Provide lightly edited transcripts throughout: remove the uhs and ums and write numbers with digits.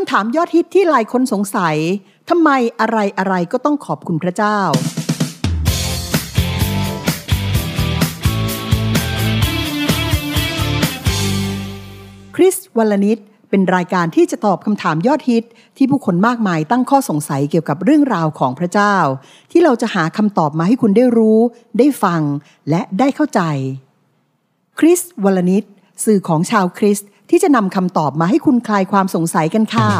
ำถามยอดฮิตที่หลายคนสงสัยทำไมอะไรก็ต้องขอบคุณพระเจ้าคริสวลนิชเป็นรายการที่จะตอบคำถามยอดฮิตที่ผู้คนมากมายตั้งข้อสงสัยเกี่ยวกับเรื่องราวของพระเจ้าที่เราจะหาคำตอบมาให้คุณได้รู้ได้ฟังและได้เข้าใจคริสวลนิชสื่อของชาวคริสต์ที่จะนำคำตอบมาให้คุณคลายความสงสัยกันค่ะ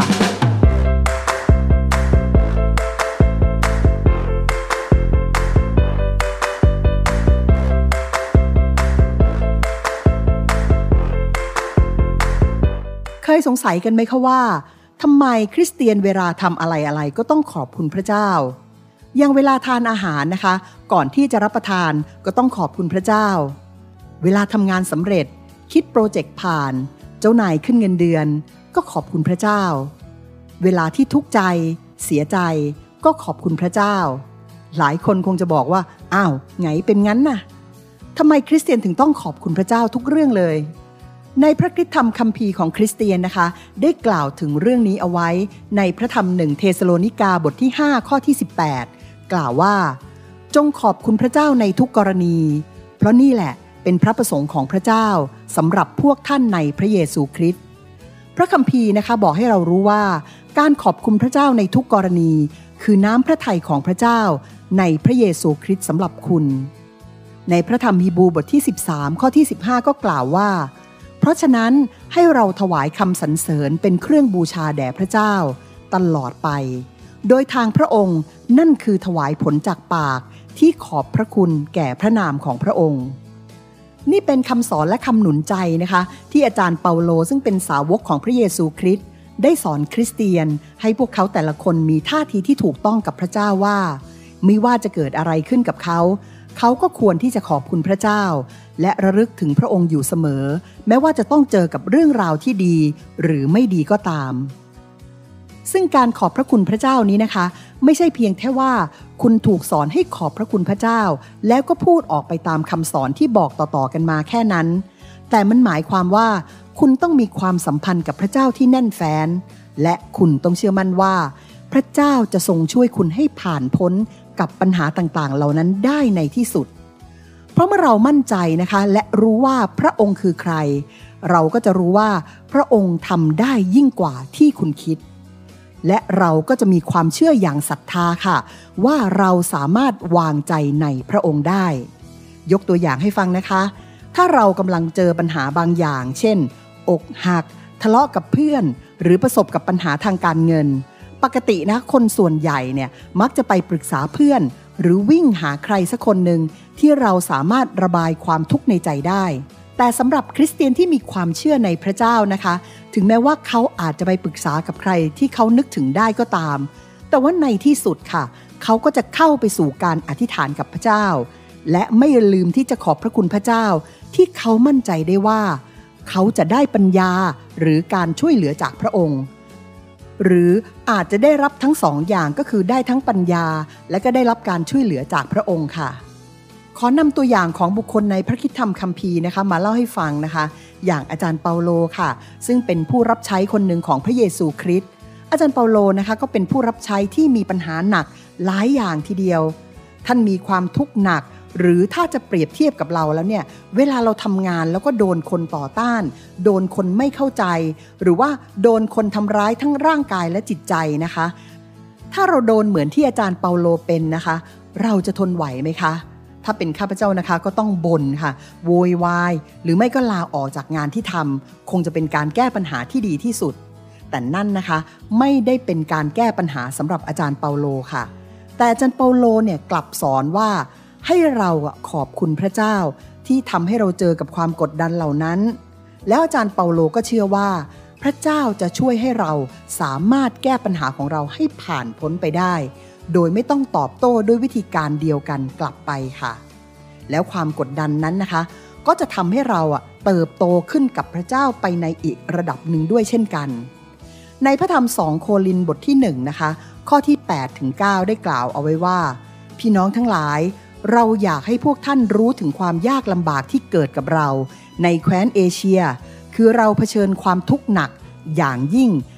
เคยสงสัยกันไหมคะว่าทำไมคริสเตียนเวลาทำอะไรก็ต้องขอบคุณพระเจ้าอย่างเวลาทานอาหารนะคะก่อนที่จะรับประทานก็ต้องขอบคุณพระเจ้าเวลาทำงานสำเร็จคิดโปรเจกต์ผ่านเจ้านายขึ้นเงินเดือนก็ขอบคุณพระเจ้าเวลาที่ทุกข์ใจเสียใจก็ขอบคุณพระเจ้าหลายคนคงจะบอกว่าอ้าวไงเป็นงั้นน่ะทำไมคริสเตียนถึงต้องขอบคุณพระเจ้าทุกเรื่องเลยในพระคริสตธรรมคัมภีร์ของคริสเตียนนะคะได้กล่าวถึงเรื่องนี้เอาไว้ในพระธรรม1เธสโลนิกาบทที่5ข้อที่18กล่าวว่าจงขอบคุณพระเจ้าในทุกกรณีเพราะนี่แหละเป็นพระประสงค์ของพระเจ้าสำหรับพวกท่านในพระเยซูคริสต์พระคัมภีร์นะคะบอกให้เรารู้ว่าการขอบคุณพระเจ้าในทุกกรณีคือน้ำพระทัยของพระเจ้าในพระเยซูคริสต์สำหรับคุณในพระธรรมฮีบรูบทที่13ข้อที่15ก็กล่าวว่าเพราะฉะนั้นให้เราถวายคำสรรเสริญเป็นเครื่องบูชาแด่พระเจ้าตลอดไปโดยทางพระองค์นั่นคือถวายผลจากปากที่ขอบพระคุณแก่พระนามของพระองค์นี่เป็นคำสอนและคำหนุนใจนะคะที่อาจารย์เปาโลซึ่งเป็นสาวกของพระเยซูคริสต์ได้สอนคริสเตียนให้พวกเขาแต่ละคนมีท่าทีที่ถูกต้องกับพระเจ้าว่าไม่ว่าจะเกิดอะไรขึ้นกับเขาก็ควรที่จะขอบคุณพระเจ้าและระลึกถึงพระองค์อยู่เสมอแม้ว่าจะต้องเจอกับเรื่องราวที่ดีหรือไม่ดีก็ตามซึ่งการขอบพระคุณพระเจ้านี้นะคะไม่ใช่เพียงแค่ว่าคุณถูกสอนให้ขอบพระคุณพระเจ้าแล้วก็พูดออกไปตามคำสอนที่บอกต่อๆกันมาแค่นั้นแต่มันหมายความว่าคุณต้องมีความสัมพันธ์กับพระเจ้าที่แน่นแฟ้นและคุณต้องเชื่อมั่นว่าพระเจ้าจะทรงช่วยคุณให้ผ่านพ้นกับปัญหาต่างๆเหล่านั้นได้ในที่สุดเพราะเมื่อเรามั่นใจนะคะและรู้ว่าพระองค์คือใครเราก็จะรู้ว่าพระองค์ทำได้ยิ่งกว่าที่คุณคิดและเราก็จะมีความเชื่ออย่างศรัทธาค่ะว่าเราสามารถวางใจในพระองค์ได้ยกตัวอย่างให้ฟังนะคะถ้าเรากำลังเจอปัญหาบางอย่างเช่นอกหักทะเลาะกับเพื่อนหรือประสบกับปัญหาทางการเงินปกตินะคนส่วนใหญ่เนี่ยมักจะไปปรึกษาเพื่อนหรือวิ่งหาใครสักคนหนึ่งที่เราสามารถระบายความทุกข์ในใจได้แต่สำหรับคริสเตียนที่มีความเชื่อในพระเจ้านะคะถึงแม้ว่าเขาอาจจะไปปรึกษากับใครที่เขานึกถึงได้ก็ตามแต่ว่าในที่สุดค่ะเขาก็จะเข้าไปสู่การอธิษฐานกับพระเจ้าและไม่ลืมที่จะขอบพระคุณพระเจ้าที่เขามั่นใจได้ว่าเขาจะได้ปัญญาหรือการช่วยเหลือจากพระองค์หรืออาจจะได้รับทั้งสองอย่างก็คือได้ทั้งปัญญาและก็ได้รับการช่วยเหลือจากพระองค์ค่ะขอนำตัวอย่างของบุคคลในพระคริสตธรรมคัมภีร์นะคะมาเล่าให้ฟังนะคะอย่างอาจารย์เปาโลค่ะซึ่งเป็นผู้รับใช้คนหนึ่งของพระเยซูคริสต์อาจารย์เปาโลนะคะก็เป็นผู้รับใช้ที่มีปัญหาหนักหลายอย่างทีเดียวท่านมีความทุกข์หนักหรือถ้าจะเปรียบเทียบกับเราแล้วเนี่ยเวลาเราทำงานแล้วก็โดนคนต่อต้านโดนคนไม่เข้าใจหรือว่าโดนคนทำร้ายทั้งร่างกายและจิตใจนะคะถ้าเราโดนเหมือนที่อาจารย์เปาโลเป็นนะคะเราจะทนไหวไหมคะถ้าเป็นข้าพเจ้านะคะก็ต้องบ่นค่ะโวยวายหรือไม่ก็ลาออกจากงานที่ทำคงจะเป็นการแก้ปัญหาที่ดีที่สุดแต่นั่นนะคะไม่ได้เป็นการแก้ปัญหาสำหรับอาจารย์เปาโลค่ะแต่อาจารย์เปาโลเนี่ยกลับสอนว่าให้เราขอบคุณพระเจ้าที่ทำให้เราเจอกับความกดดันเหล่านั้นแล้วอาจารย์เปาโลก็เชื่อว่าพระเจ้าจะช่วยให้เราสามารถแก้ปัญหาของเราให้ผ่านพ้นไปได้โดยไม่ต้องตอบโต้ด้วยวิธีการเดียวกันกลับไปค่ะแล้วความกดดันนั้นนะคะก็จะทำให้เราเติบโตขึ้นกับพระเจ้าไปในอีกระดับหนึ่งด้วยเช่นกันในพระธรรม2โครินธ์บทที่1นะคะข้อที่8ถึง9ได้กล่าวเอาไว้ว่าพี่น้องทั้งหลายเราอยากให้พวกท่านรู้ถึงความยากลำบากที่เกิดกับเราในแคว้นเอเชียคือเราเผชิญความทุกข์หนักอย่างยิ่ง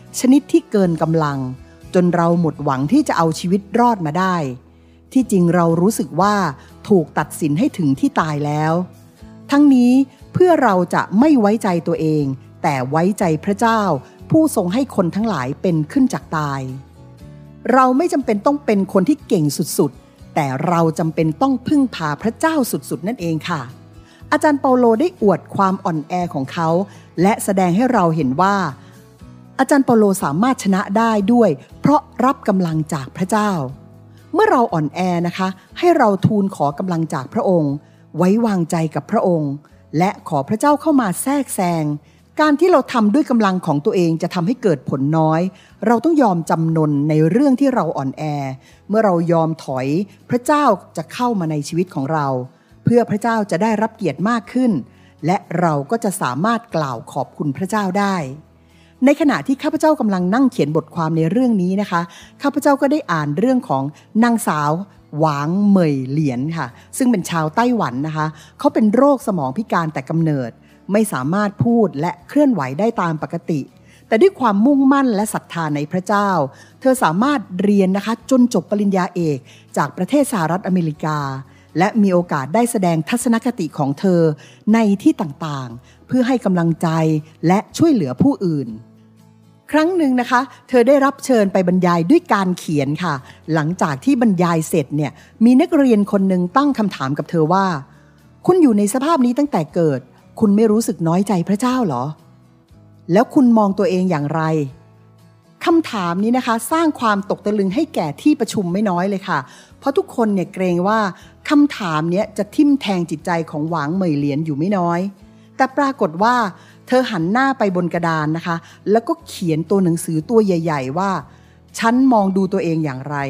ชนิดที่เกินกำลังจนเราหมดหวังที่จะเอาชีวิตรอดมาได้ที่จริงเรารู้สึกว่าถูกตัดสินให้ถึงที่ตายแล้วทั้งนี้เพื่อเราจะไม่ไว้ใจตัวเองแต่ไว้ใจพระเจ้าผู้ทรงให้คนทั้งหลายเป็นขึ้นจากตายเราไม่จำเป็นต้องเป็นคนที่เก่งสุดๆแต่เราจำเป็นต้องพึ่งพาพระเจ้าสุดๆนั่นเองค่ะอาจารย์เปาโลได้อวดความอ่อนแอของเขาและแสดงให้เราเห็นว่าอาจารย์เปาโลสามารถชนะได้ด้วยเพราะรับกำลังจากพระเจ้าเมื่อเราอ่อนแอนะคะให้เราทูลขอกำลังจากพระองค์ไว้วางใจกับพระองค์และขอพระเจ้าเข้ามาแทรกแซงการที่เราทำด้วยกำลังของตัวเองจะทำให้เกิดผลน้อยเราต้องยอมจำนนในเรื่องที่เราอ่อนแอเมื่อเรายอมถอยพระเจ้าจะเข้ามาในชีวิตของเราเพื่อพระเจ้าจะได้รับเกียรติมากขึ้นและเราก็จะสามารถกล่าวขอบคุณพระเจ้าได้ในขณะที่ข้าพเจ้ากำลังนั่งเขียนบทความในเรื่องนี้นะคะข้าพเจ้าก็ได้อ่านเรื่องของนางสาวหวางเหมยเหลียนค่ะซึ่งเป็นชาวไต้หวันนะคะเขาเป็นโรคสมองพิการแต่กำเนิดไม่สามารถพูดและเคลื่อนไหวได้ตามปกติแต่ด้วยความมุ่งมั่นและศรัทธาในพระเจ้าเธอสามารถเรียนนะคะจนจบปริญญาเอกจากประเทศสหรัฐอเมริกาและมีโอกาสได้แสดงทัศนคติของเธอในที่ต่างๆเพื่อให้กำลังใจและช่วยเหลือผู้อื่นครั้งหนึ่งนะคะเธอได้รับเชิญไปบรรยายด้วยการเขียนค่ะหลังจากที่บรรยายเสร็จเนี่ยมีนักเรียนคนหนึ่งตั้งคำถามกับเธอว่าคุณอยู่ในสภาพนี้ตั้งแต่เกิดคุณไม่รู้สึกน้อยใจพระเจ้าเหรอแล้วคุณมองตัวเองอย่างไรคำถามนี้นะคะสร้างความตกตะลึงให้แก่ที่ประชุมไม่น้อยเลยค่ะเพราะทุกคนเนี่ยเกรงว่าคำถามนี้จะทิ่มแทงจิตใจของหวางเหมยเหลียนอยู่ไม่น้อยแต่ปรากฏว่าเธอหันหน้าไปบนกระดานนะคะแล้วก็เขียนตัวหนังสือตัวใหญ่ๆว่าฉันมองดูตัวเองอย่างไร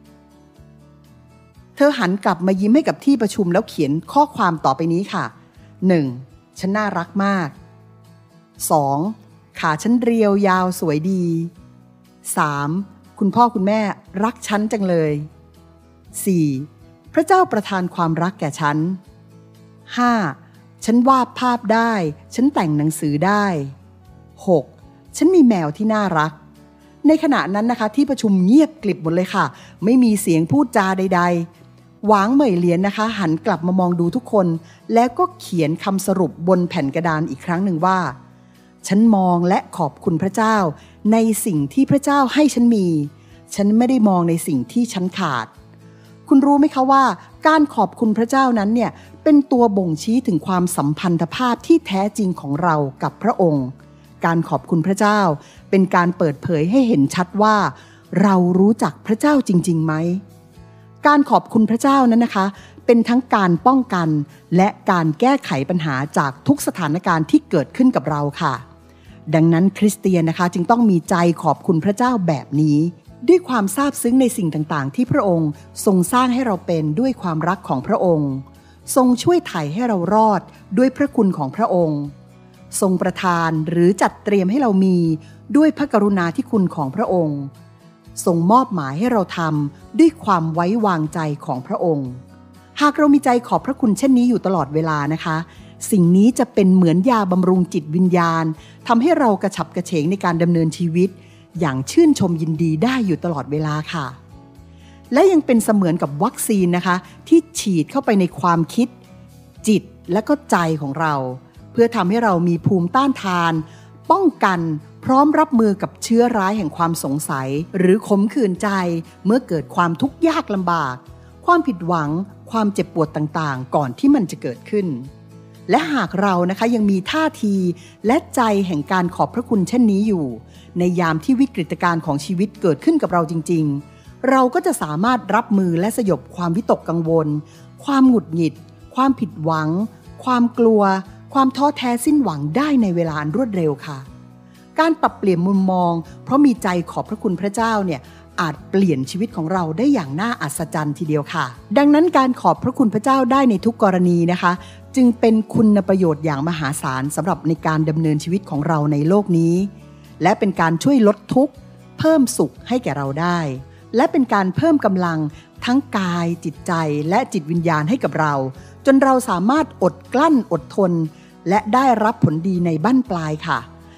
เธอหันกลับมายิ้มให้กับที่ประชุมแล้วเขียนข้อความต่อไปนี้ค่ะ 1. ฉันน่ารักมาก 2. ขาฉันเรียวยาวสวยดี 3. คุณพ่อคุณแม่รักฉันจังเลย 4. พระเจ้าประทานความรักแก่ฉัน 5. ฉันวาดภาพได้ฉันแต่งหนังสือได้ 6. ฉันมีแมวที่น่ารักในขณะนั้นนะคะที่ประชุมเงียบกลิบหมดเลยค่ะไม่มีเสียงพูดจาใดๆหวางเหมยเหลียนนะคะหันกลับมามองดูทุกคนแล้วก็เขียนคำสรุปบนแผ่นกระดานอีกครั้งหนึ่งว่าฉันมองและขอบคุณพระเจ้าในสิ่งที่พระเจ้าให้ฉันมีฉันไม่ได้มองในสิ่งที่ฉันขาดคุณรู้ไหมคะว่าการขอบคุณพระเจ้านั้นเนี่ยเป็นตัวบ่งชี้ถึงความสัมพันธภาพที่แท้จริงของเรากับพระองค์การขอบคุณพระเจ้าเป็นการเปิดเผยให้เห็นชัดว่าเรารู้จักพระเจ้าจริงๆไหมการขอบคุณพระเจ้านั้นนะคะเป็นทั้งการป้องกันและการแก้ไขปัญหาจากทุกสถานการณ์ที่เกิดขึ้นกับเราค่ะดังนั้นคริสเตียนนะคะจึงต้องมีใจขอบคุณพระเจ้าแบบนี้ด้วยความซาบซึ้งในสิ่งต่างๆที่พระองค์ทรงสร้างให้เราเป็นด้วยความรักของพระองค์ทรงช่วยไถ่ให้เรารอดด้วยพระคุณของพระองค์ทรงประทานหรือจัดเตรียมให้เรามีด้วยพระกรุณาธิคุณของพระองค์ทรงมอบหมายให้เราทำด้วยความไว้วางใจของพระองค์หากเรามีใจขอบพระคุณเช่นนี้อยู่ตลอดเวลานะคะสิ่งนี้จะเป็นเหมือนยาบำรุงจิตวิญญาณทำให้เรากระฉับกระเฉงในการดำเนินชีวิตอย่างชื่นชมยินดีได้อยู่ตลอดเวลาค่ะและยังเป็นเสมือนกับวัคซีนนะคะที่ฉีดเข้าไปในความคิดจิตและก็ใจของเราเพื่อทำให้เรามีภูมิต้านทานป้องกันพร้อมรับมือกับเชื้อร้ายแห่งความสงสัยหรือขมขื่นใจเมื่อเกิดความทุกข์ยากลำบากความผิดหวังความเจ็บปวดต่างๆก่อนที่มันจะเกิดขึ้นและหากเรานะคะยังมีท่าทีและใจแห่งการขอบพระคุณเช่นนี้อยู่ในยามที่วิกฤตการณ์ของชีวิตเกิดขึ้นกับเราจริงๆเราก็จะสามารถรับมือและสยบความวิตกกังวลความหงุดหงิดความผิดหวังความกลัวความท้อแท้สิ้นหวังได้ในเวลาอันรวดเร็วค่ะการปรับเปลี่ยนมุมมองเพราะมีใจขอบพระคุณพระเจ้าเนี่ยอาจเปลี่ยนชีวิตของเราได้อย่างน่าอัศจรรย์ทีเดียวค่ะดังนั้นการขอบพระคุณพระเจ้าได้ในทุกกรณีนะคะจึงเป็นคุณประโยชน์อย่างมหาศาลสำหรับในการดำเนินชีวิตของเราในโลกนี้และเป็นการช่วยลดทุกข์เพิ่มสุขให้แก่เราได้และเป็นการเพิ่มกำลังทั้งกายจิตใจและจิตวิญญาณให้กับเราจนเราสามารถอดกลั้นอดทนและได้รับผลดีในบั้นปลายค่ะ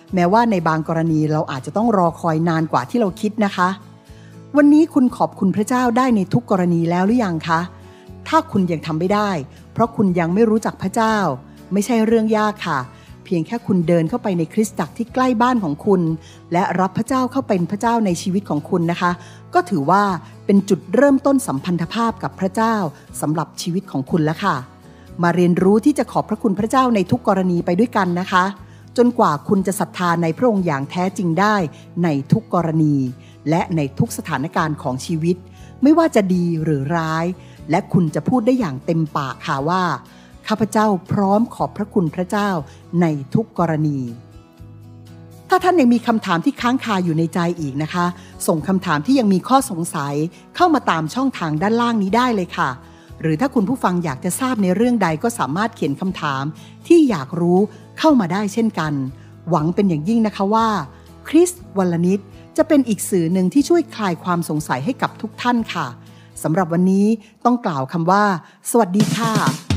แม้ว่าในบางกรณีเราอาจจะต้องรอคอยนานกว่าที่เราคิดนะคะวันนี้คุณขอบคุณพระเจ้าได้ในทุกกรณีแล้วหรือยังคะถ้าคุณยังทำไม่ได้เพราะคุณยังไม่รู้จักพระเจ้าไม่ใช่เรื่องยากค่ะเพียงแค่คุณเดินเข้าไปในคริสตจักรที่ใกล้บ้านของคุณและรับพระเจ้าเข้าเป็นพระเจ้าในชีวิตของคุณนะคะก็ถือว่าเป็นจุดเริ่มต้นสัมพันธภาพกับพระเจ้าสำหรับชีวิตของคุณแล้วค่ะมาเรียนรู้ที่จะขอบพระคุณพระเจ้าในทุกกรณีไปด้วยกันนะคะจนกว่าคุณจะศรัทธาในพระองค์อย่างแท้จริงได้ในทุกกรณีและในทุกสถานการณ์ของชีวิตไม่ว่าจะดีหรือร้ายและคุณจะพูดได้อย่างเต็มปากค่ะว่าข้าพเจ้าพร้อมขอบพระคุณพระเจ้าในทุกกรณีถ้าท่านยังมีคำถามที่ค้างคาอยู่ในใจอีกนะคะส่งคำถามที่ยังมีข้อสงสัยเข้ามาตามช่องทางด้านล่างนี้ได้เลยค่ะหรือถ้าคุณผู้ฟังอยากจะทราบในเรื่องใดก็สามารถเขียนคำถามที่อยากรู้เข้ามาได้เช่นกันหวังเป็นอย่างยิ่งนะคะว่าคริสต์วันละนิดจะเป็นอีกสื่อหนึ่งที่ช่วยคลายความสงสัยให้กับทุกท่านค่ะสำหรับวันนี้ต้องกล่าวคำว่าสวัสดีค่ะ